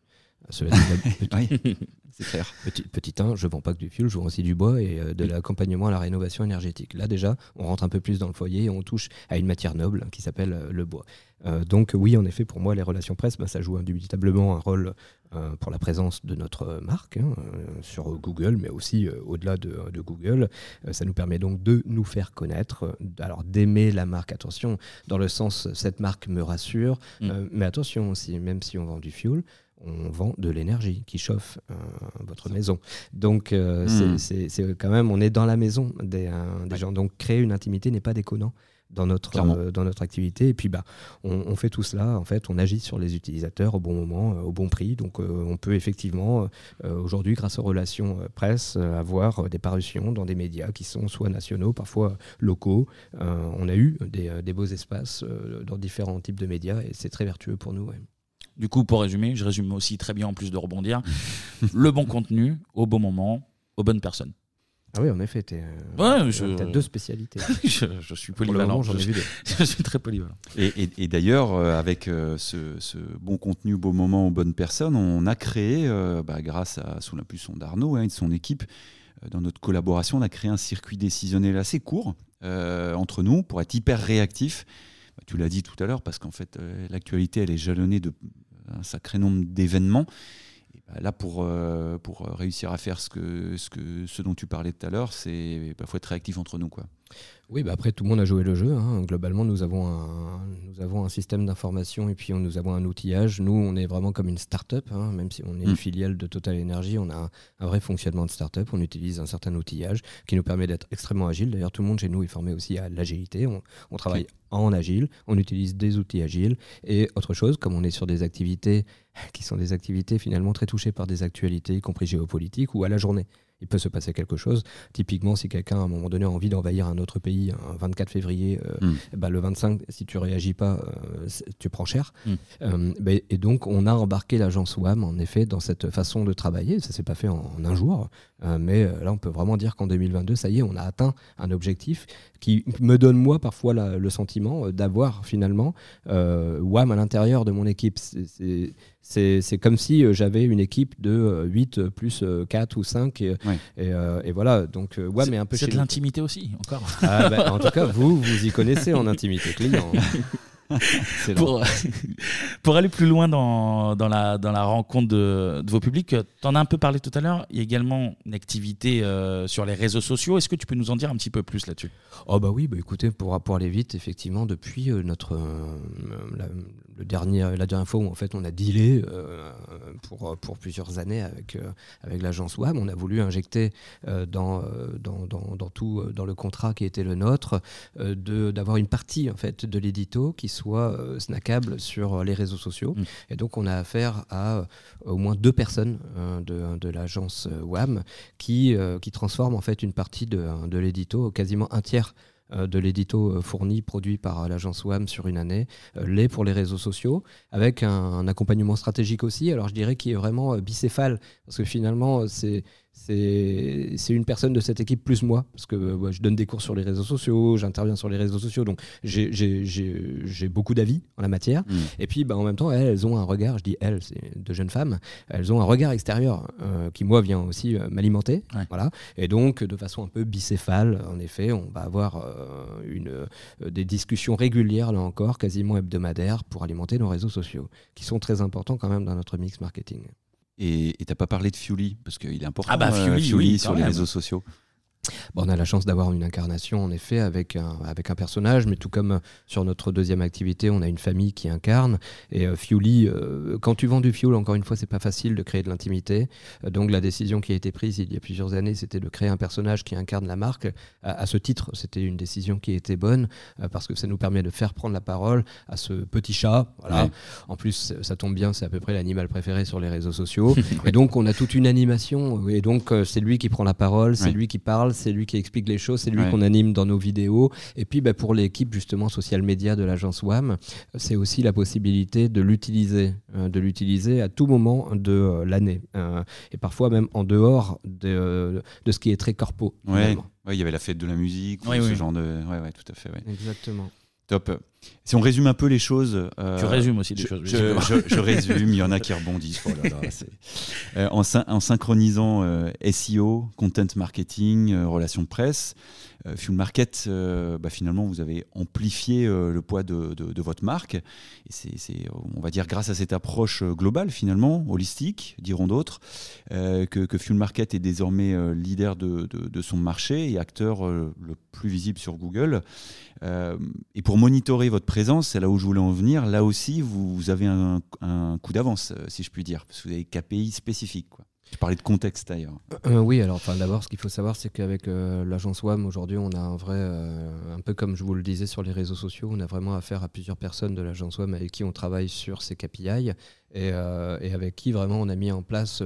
Oui, c'est clair. Petit 1, je ne vends pas que du fioul, je vends aussi du bois et de l'accompagnement à la rénovation énergétique. Là déjà, on rentre un peu plus dans le foyer et on touche à une matière noble qui s'appelle le bois. Donc oui, en effet, pour moi, les relations presse, ça joue indubitablement un rôle pour la présence de notre marque sur Google, mais aussi au-delà de Google. Ça nous permet donc de nous faire connaître, alors d'aimer la marque, attention, dans le sens, cette marque me rassure, mais attention aussi, même si on vend du fioul, on vend de l'énergie qui chauffe votre maison. Donc, c'est quand même, on est dans la maison des gens. Donc, créer une intimité n'est pas déconnant dans notre activité. Et puis, on fait tout cela. En fait, on agit sur les utilisateurs au bon moment, au bon prix. Donc, on peut effectivement, aujourd'hui, grâce aux relations presse, avoir des parutions dans des médias qui sont soit nationaux, parfois locaux. On a eu des beaux espaces dans différents types de médias et c'est très vertueux pour nous. Ouais. Du coup, pour résumer, je résume aussi très bien en plus de rebondir, le bon contenu, au bon moment, aux bonnes personnes. Ah oui, en effet, t'as deux spécialités. je suis polyvalent. J'en ai vu deux. Je suis très polyvalent. Et d'ailleurs, avec ce bon contenu, beau moment aux bonnes personnes, on a créé, grâce sous l'impulsion d'Arnaud et de son équipe, dans notre collaboration, on a créé un circuit décisionnel assez court entre nous pour être hyper réactif. Tu l'as dit tout à l'heure, parce qu'en fait, l'actualité, elle est jalonnée d'un sacré nombre d'événements. Et là, pour réussir à faire ce dont tu parlais tout à l'heure, il faut être réactif entre nous, quoi. Oui, après, tout le monde a joué le jeu. Globalement, nous avons un système d'information et puis nous avons un outillage. Nous, on est vraiment comme une start-up, même si on est une filiale de Total Energy, on a un vrai fonctionnement de start-up. On utilise un certain outillage qui nous permet d'être extrêmement agile. D'ailleurs, tout le monde chez nous est formé aussi à l'agilité. On travaille en agile, on utilise des outils agiles. Et autre chose, comme on est sur des activités qui sont des activités finalement très touchées par des actualités, y compris géopolitiques ou à la journée. Il peut se passer quelque chose. Typiquement, si quelqu'un, à un moment donné, a envie d'envahir un autre pays, un 24 février, le 25, si tu ne réagis pas, tu prends cher. Et donc, on a embarqué l'agence WAM, en effet, dans cette façon de travailler. Ça ne s'est pas fait en un jour. Mais là, on peut vraiment dire qu'en 2022, ça y est, on a atteint un objectif qui me donne, moi, parfois le sentiment d'avoir, finalement, WAM à l'intérieur de mon équipe. C'est comme si j'avais une équipe de 8 plus 4 ou 5 et voilà, donc WAM est un peu c'est de l'intimité aussi, encore. En tout cas, vous y connaissez en intimité client. Pour aller plus loin dans la rencontre de vos publics, tu en as un peu parlé tout à l'heure, il y a également une activité sur les réseaux sociaux. Est-ce que tu peux nous en dire un petit peu plus là-dessus ? Oui, écoutez, pour aller vite, effectivement, depuis la dernière fois où en fait, on a dealé pour plusieurs années avec l'agence WAM, on a voulu injecter dans le contrat qui était le nôtre d'avoir une partie en fait, de l'édito qui soit snackable sur les réseaux sociaux. Et donc, on a affaire à au moins 2 personnes de l'agence WAM qui transforment en fait une partie de l'édito, quasiment un tiers de l'édito produit par l'agence WAM sur une année, pour les réseaux sociaux, avec un accompagnement stratégique aussi, alors je dirais qui est vraiment bicéphale, parce que finalement, c'est une personne de cette équipe plus moi, parce que je donne des cours sur les réseaux sociaux, j'interviens sur les réseaux sociaux, donc j'ai beaucoup d'avis en la matière. Et puis en même temps, elles ont un regard, je dis elles, c'est deux jeunes femmes, elles ont un regard extérieur qui moi vient aussi m'alimenter. Ouais. Voilà. Et donc de façon un peu bicéphale, en effet, on va avoir des discussions régulières, là encore, quasiment hebdomadaires, pour alimenter nos réseaux sociaux, qui sont très importants quand même dans notre mix marketing. Et t'as pas parlé de Fuely, parce qu'il est important. Fuely, oui, sur les réseaux sociaux. On a la chance d'avoir une incarnation, en effet, avec un personnage, mais tout comme sur notre deuxième activité, on a une famille qui incarne. Et Fuely, quand tu vends du fioul, encore une fois, c'est pas facile de créer de l'intimité. Donc la décision qui a été prise il y a plusieurs années, c'était de créer un personnage qui incarne la marque. À ce titre, c'était une décision qui était bonne, parce que ça nous permet de faire prendre la parole à ce petit chat. Voilà. Ouais. En plus, ça tombe bien, c'est à peu près l'animal préféré sur les réseaux sociaux. Et donc, on a toute une animation. Et donc, c'est lui qui prend la parole, c'est lui qui parle, c'est lui qui explique les choses, c'est lui qu'on anime dans nos vidéos. Et puis pour l'équipe justement social media de l'agence WAM, c'est aussi la possibilité de l'utiliser à tout moment de l'année. Et parfois même en dehors de ce qui est très corpo. Ouais, il y avait la fête de la musique, ce genre de... Ouais, tout à fait. Ouais. Exactement. Top. Si on résume un peu les choses... Tu résumes aussi les choses. Je résume, il y en a qui rebondissent. Oh là là, en synchronisant SEO, content marketing, relations presse, Fuel Market, finalement, vous avez amplifié le poids de votre marque. Et c'est, on va dire, grâce à cette approche globale, finalement, holistique, diront d'autres, que Fuel Market est désormais leader de son marché et acteur le plus visible sur Google. Et pour monitorer votre présence, c'est là où je voulais en venir, là aussi, vous avez un coup d'avance, si je puis dire, parce que vous avez des KPI spécifiques, quoi. Tu parlais de contexte d'ailleurs. Oui, alors d'abord, ce qu'il faut savoir, c'est qu'avec l'agence WAM, aujourd'hui, on a un vrai, un peu comme je vous le disais sur les réseaux sociaux, on a vraiment affaire à plusieurs personnes de l'agence WAM avec qui on travaille sur ces KPI et avec qui vraiment on a mis en place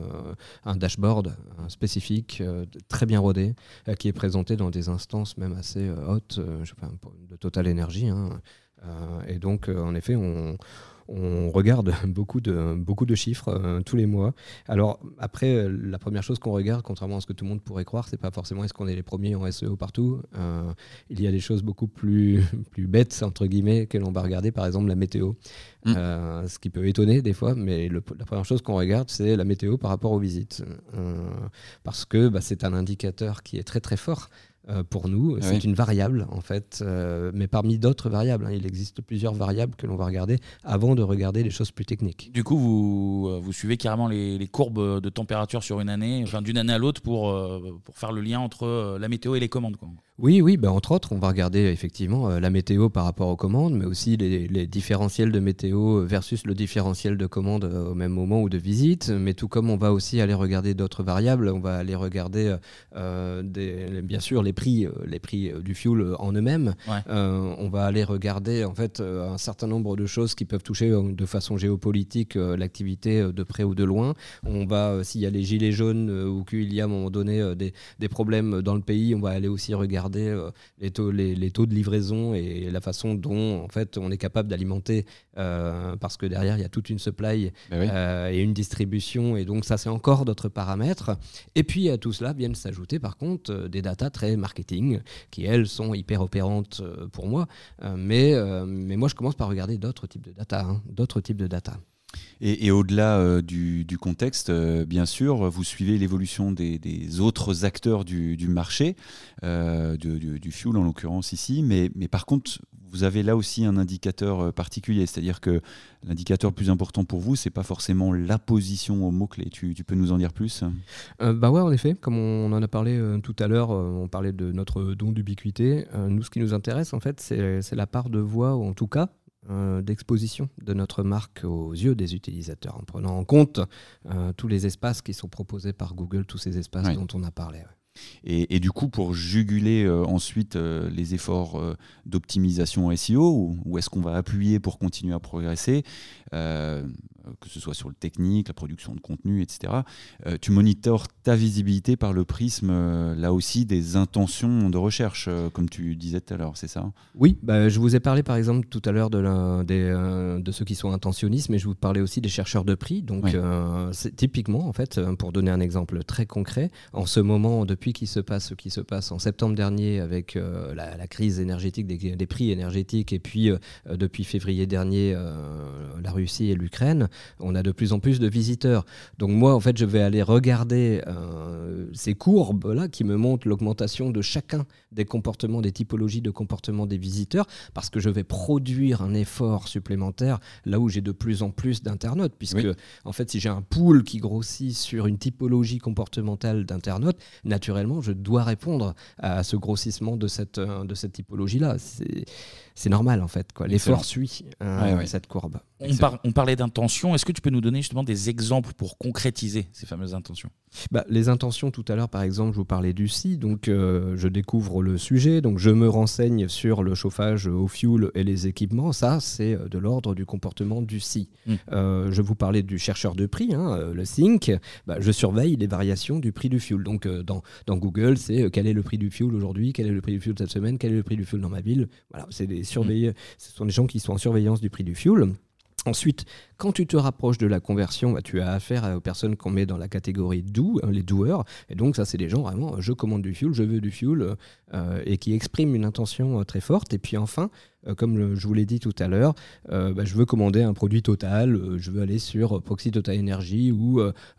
un dashboard spécifique, très bien rodé, qui est présenté dans des instances même assez hautes, de Total Energy. Et donc, en effet, on regarde beaucoup de chiffres tous les mois. Alors après, la première chose qu'on regarde, contrairement à ce que tout le monde pourrait croire, c'est pas forcément est-ce qu'on est les premiers en SEO partout. Il y a des choses beaucoup plus bêtes, entre guillemets, que l'on va regarder, par exemple la météo. Ce qui peut étonner des fois, mais la première chose qu'on regarde, c'est la météo par rapport aux visites. Parce que c'est un indicateur qui est très très fort. Pour nous, c'est une variable en fait, mais parmi d'autres variables. Il existe plusieurs variables que l'on va regarder avant de regarder les choses plus techniques. Du coup, vous suivez carrément les courbes de température sur une année, enfin d'une année à l'autre pour faire le lien entre la météo et les commandes, quoi. Oui, entre autres, on va regarder effectivement la météo par rapport aux commandes, mais aussi les différentiels de météo versus le différentiel de commande au même moment ou de visite. Mais tout comme on va aussi aller regarder d'autres variables, on va aller regarder bien sûr les prix du fuel en eux-mêmes. Ouais. On va aller regarder en fait un certain nombre de choses qui peuvent toucher de façon géopolitique l'activité de près ou de loin. On va, s'il y a les gilets jaunes ou qu'il y a à un moment donné des problèmes dans le pays, on va aller aussi regarder les taux de livraison et la façon dont en fait on est capable d'alimenter parce que derrière il y a toute une supply et une distribution, et donc ça c'est encore d'autres paramètres. Et puis à tout cela viennent s'ajouter par contre des datas très marketing qui elles sont hyper opérantes pour moi, mais moi je commence par regarder d'autres types de data. Et au-delà du contexte, bien sûr, vous suivez l'évolution des autres acteurs du marché, du fuel en l'occurrence ici, mais par contre, vous avez là aussi un indicateur particulier, c'est-à-dire que l'indicateur le plus important pour vous, c'est pas forcément la position au mot-clé. Tu peux nous en dire plus ? Ouais, en effet, comme on en a parlé tout à l'heure, on parlait de notre don d'ubiquité. Nous, ce qui nous intéresse, en fait, c'est la part de voix, ou en tout cas, d'exposition de notre marque aux yeux des utilisateurs, en prenant en compte tous les espaces qui sont proposés par Google, tous ces espaces dont on a parlé. Et du coup, pour juguler ensuite les efforts d'optimisation SEO, où est-ce qu'on va appuyer pour continuer à progresser, que ce soit sur le technique, la production de contenu, etc. Tu monitores ta visibilité par le prisme, là aussi, des intentions de recherche, comme tu disais tout à l'heure, c'est ça ? Oui, je vous ai parlé par exemple tout à l'heure de ceux qui sont intentionnistes, mais je vous parlais aussi des chercheurs de prix. Donc, c'est typiquement, en fait, pour donner un exemple très concret, en ce moment, depuis ce qui se passe en septembre dernier avec la crise énergétique, des prix énergétiques, et puis depuis février dernier, la Russie et l'Ukraine, on a de plus en plus de visiteurs. Donc moi, en fait, je vais aller regarder ces courbes-là qui me montrent l'augmentation de chacun des comportements, des typologies de comportement des visiteurs, parce que je vais produire un effort supplémentaire là où j'ai de plus en plus d'internautes, puisque en fait, si j'ai un pool qui grossit sur une typologie comportementale d'internautes, naturellement, je dois répondre à ce grossissement de cette typologie-là. C'est normal, en fait, quoi. L'effort suit cette courbe. On parlait d'intention. Est-ce que tu peux nous donner justement des exemples pour concrétiser ces fameuses intentions ? Les intentions, tout à l'heure, par exemple, je vous parlais du SI. Donc, je découvre le sujet. Donc, je me renseigne sur le chauffage au fioul et les équipements. Ça, c'est de l'ordre du comportement du SI. Je vous parlais du chercheur de prix, le Think. Je surveille les variations du prix du fioul. Donc, dans Google, c'est quel est le prix du fioul aujourd'hui, quel est le prix du fioul cette semaine, quel est le prix du fioul dans ma ville. Voilà, c'est ce sont des gens qui sont en surveillance du prix du fioul. Ensuite, quand tu te rapproches de la conversion, tu as affaire aux personnes qu'on met dans la catégorie do, les doers. Et donc, ça, c'est des gens vraiment, je commande du fuel, je veux du fuel, et qui expriment une intention très forte. Et puis enfin, comme je vous l'ai dit tout à l'heure, je veux commander un produit Total, je veux aller sur Proxy Total Energy, ou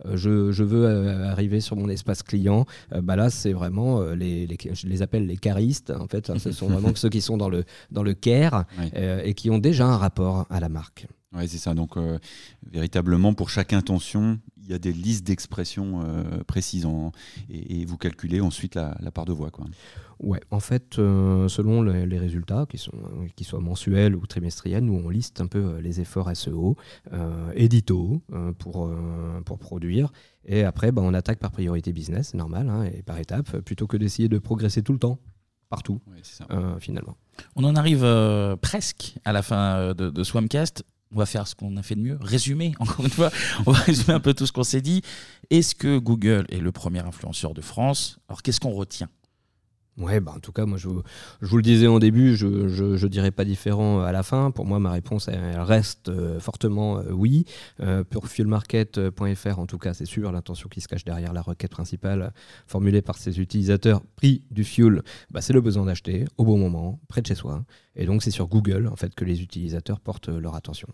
je veux arriver sur mon espace client. Là, c'est vraiment, je les appelle les caristes. En fait, ce sont vraiment ceux qui sont dans le care et qui ont déjà un rapport à la marque. Oui, c'est ça. Donc, véritablement, pour chaque intention, il y a des listes d'expressions précises et vous calculez ensuite la part de voix, quoi. Ouais, en fait, selon les résultats, qui soient mensuels ou trimestriels, nous, on liste un peu les efforts SEO, édito, pour produire. Et après, on attaque par priorité business, c'est normal, et par étapes, plutôt que d'essayer de progresser tout le temps, partout, c'est ça. Finalement. On en arrive presque à la fin de ce Whamcast. On va faire ce qu'on a fait de mieux, résumer, encore une fois, on va résumer un peu tout ce qu'on s'est dit. Est-ce que Google est le premier influenceur de France ? Alors, qu'est-ce qu'on retient ? Ouais, en tout cas, moi, je vous le disais en début, je dirais pas différent à la fin. Pour moi, ma réponse, elle reste fortement oui. Pour fuelmarket.fr, en tout cas, c'est sûr, l'intention qui se cache derrière la requête principale formulée par ses utilisateurs, prix du fuel, c'est le besoin d'acheter au bon moment, près de chez soi. Et donc, c'est sur Google, en fait, que les utilisateurs portent leur attention.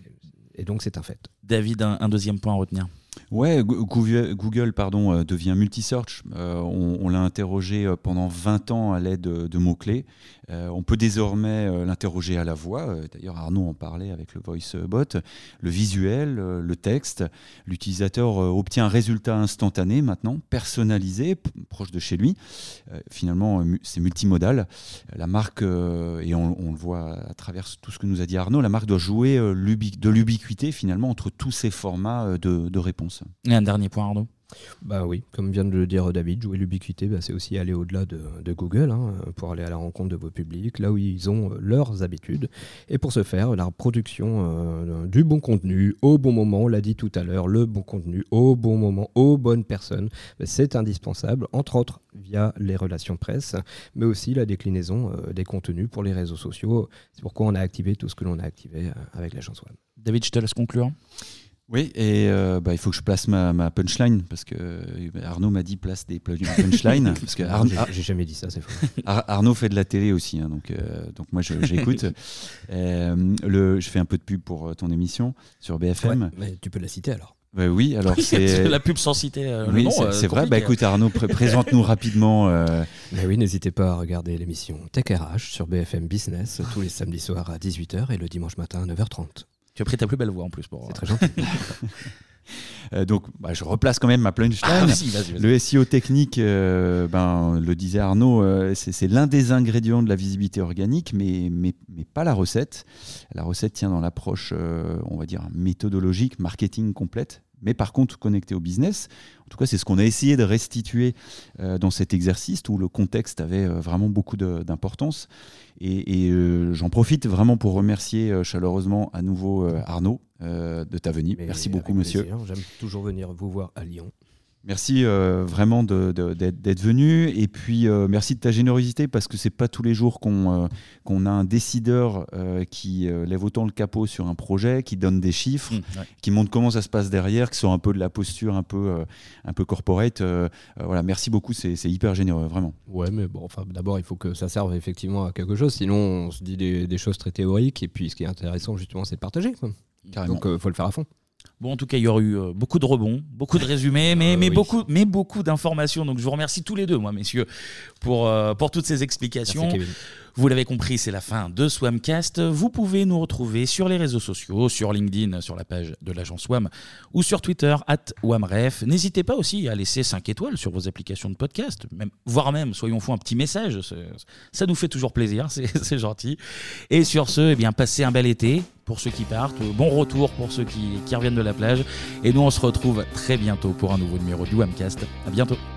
Et donc, c'est un fait. David, un deuxième point à retenir ? Ouais, Google devient multi-search. On l'a interrogé pendant 20 ans à l'aide de mots-clés. On peut désormais l'interroger à la voix. D'ailleurs, Arnaud en parlait avec le voice bot. Le visuel, le texte. L'utilisateur obtient un résultat instantané maintenant, personnalisé, proche de chez lui. Finalement, c'est multimodal. La marque, et on le voit à travers tout ce que nous a dit Arnaud, la marque doit jouer de l'ubiquité finalement entre tous ces formats de réponse. Et un dernier point, Arnaud ? Oui, comme vient de le dire David, jouer l'ubiquité, c'est aussi aller au-delà de Google, pour aller à la rencontre de vos publics, là où ils ont leurs habitudes. Et pour ce faire, la production du bon contenu au bon moment, on l'a dit tout à l'heure, le bon contenu au bon moment, aux bonnes personnes, c'est indispensable, entre autres via les relations presse, mais aussi la déclinaison des contenus pour les réseaux sociaux. C'est pourquoi on a activé tout ce que l'on a activé avec l'agence Wham. David, je te laisse conclure. Oui, et il faut que je place ma punchline, parce que Arnaud m'a dit place des punchlines. Parce que j'ai jamais dit ça, c'est faux. Arnaud fait de la télé aussi, donc moi j'écoute. Je fais un peu de pub pour ton émission sur BFM. Ouais, mais tu peux la citer alors. Oui, alors c'est la pub sans citer le nom. C'est vrai. Écoute, Arnaud, présente-nous rapidement. Mais oui, n'hésitez pas à regarder l'émission Tech RH sur BFM Business tous les samedis soirs à 18h et le dimanche matin à 9h30. Tu as pris ta plus belle voix en plus. C'est très gentil. Donc, je replace quand même ma punchline. Vas-y. Le SEO technique, le disait Arnaud, c'est l'un des ingrédients de la visibilité organique, mais pas la recette. La recette tient dans l'approche, on va dire, méthodologique, marketing complète mais par contre connecté au business. En tout cas, c'est ce qu'on a essayé de restituer dans cet exercice où le contexte avait vraiment beaucoup d'importance. Et j'en profite vraiment pour remercier chaleureusement à nouveau Arnaud de ta venue. Merci beaucoup, monsieur. Plaisir. J'aime toujours venir vous voir à Lyon. Merci vraiment d'être venu, et puis merci de ta générosité, parce que c'est pas tous les jours qu'on a un décideur qui lève autant le capot sur un projet, qui donne des chiffres, qui montre comment ça se passe derrière, qui sort un peu de la posture un peu corporate. Voilà, merci beaucoup, c'est hyper généreux, vraiment. Ouais, mais bon, enfin, d'abord il faut que ça serve effectivement à quelque chose, sinon on se dit des choses très théoriques, et puis ce qui est intéressant justement c'est de partager, quoi. Carrément. Donc faut le faire à fond. Bon, en tout cas, il y aura eu beaucoup de rebonds, beaucoup de résumés, mais beaucoup d'informations. Donc, je vous remercie tous les deux, moi, messieurs, pour toutes ces explications. Merci, Kevin. Vous l'avez compris, c'est la fin de Swamcast. Vous pouvez nous retrouver sur les réseaux sociaux, sur LinkedIn, sur la page de l'agence WAM, ou sur Twitter, @WAMREF. N'hésitez pas aussi à laisser 5 étoiles sur vos applications de podcast, voire même, soyons fous, un petit message. Ça nous fait toujours plaisir, c'est gentil. Et sur ce, eh bien, passez un bel été pour ceux qui partent, bon retour pour ceux qui reviennent de la plage. Et nous, on se retrouve très bientôt pour un nouveau numéro du WAMcast. À bientôt.